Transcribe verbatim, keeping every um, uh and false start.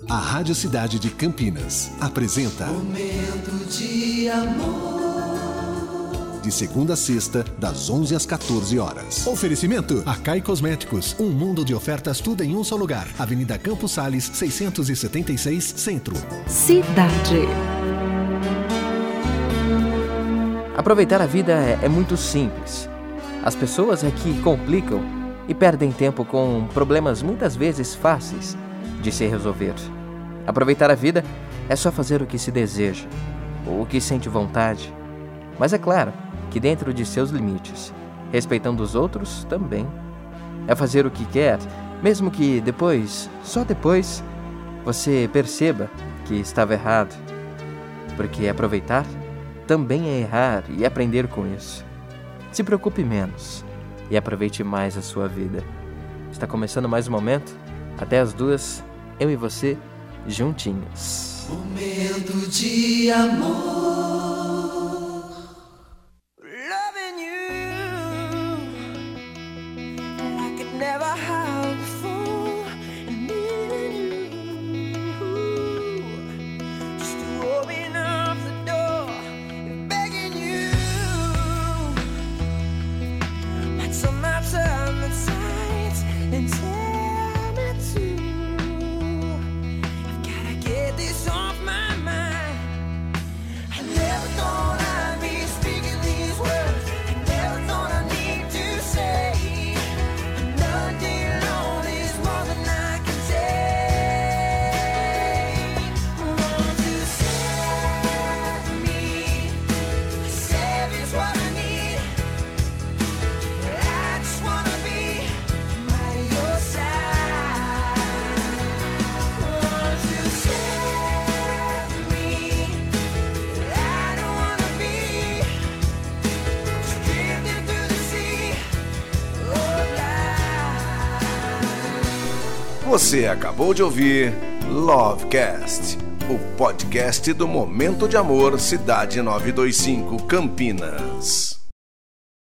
A Rádio Cidade de Campinas apresenta Momento de Amor. De segunda a sexta, das onze às quatorze horas. Oferecimento Acai Cosméticos, um mundo de ofertas, tudo em um só lugar. Avenida Campos Sales, seiscentos e setenta e seis, Centro. Cidade. Aproveitar a vida é, é muito simples. As pessoas é que complicam e perdem tempo com problemas muitas vezes fáceis de se resolver. Aproveitar a vida é só fazer o que se deseja, ou o que sente vontade. Mas é claro que dentro de seus limites, respeitando os outros também. É fazer o que quer, mesmo que depois, só depois, você perceba que estava errado. Porque aproveitar também é errar e aprender com isso. Se preocupe menos e aproveite mais a sua vida. Está começando mais um momento. Até as duas, eu e você, juntinhos. Momento de amor. Loving you like it never had before, and needing you just to open up the door and begging you. Like some nights on the sides and tell me to. Get this off my mind. I never thought I'd be speaking these words. I never thought I'd need to say. Another day alone is more than I can take. Want to save me. Save is what I need. I just wanna be by your side. Want to save me. I don't wanna be just drifting through the sea of life. Você acabou de ouvir Lovecast, o podcast do Momento de Amor Cidade novecentos e vinte e cinco Campinas.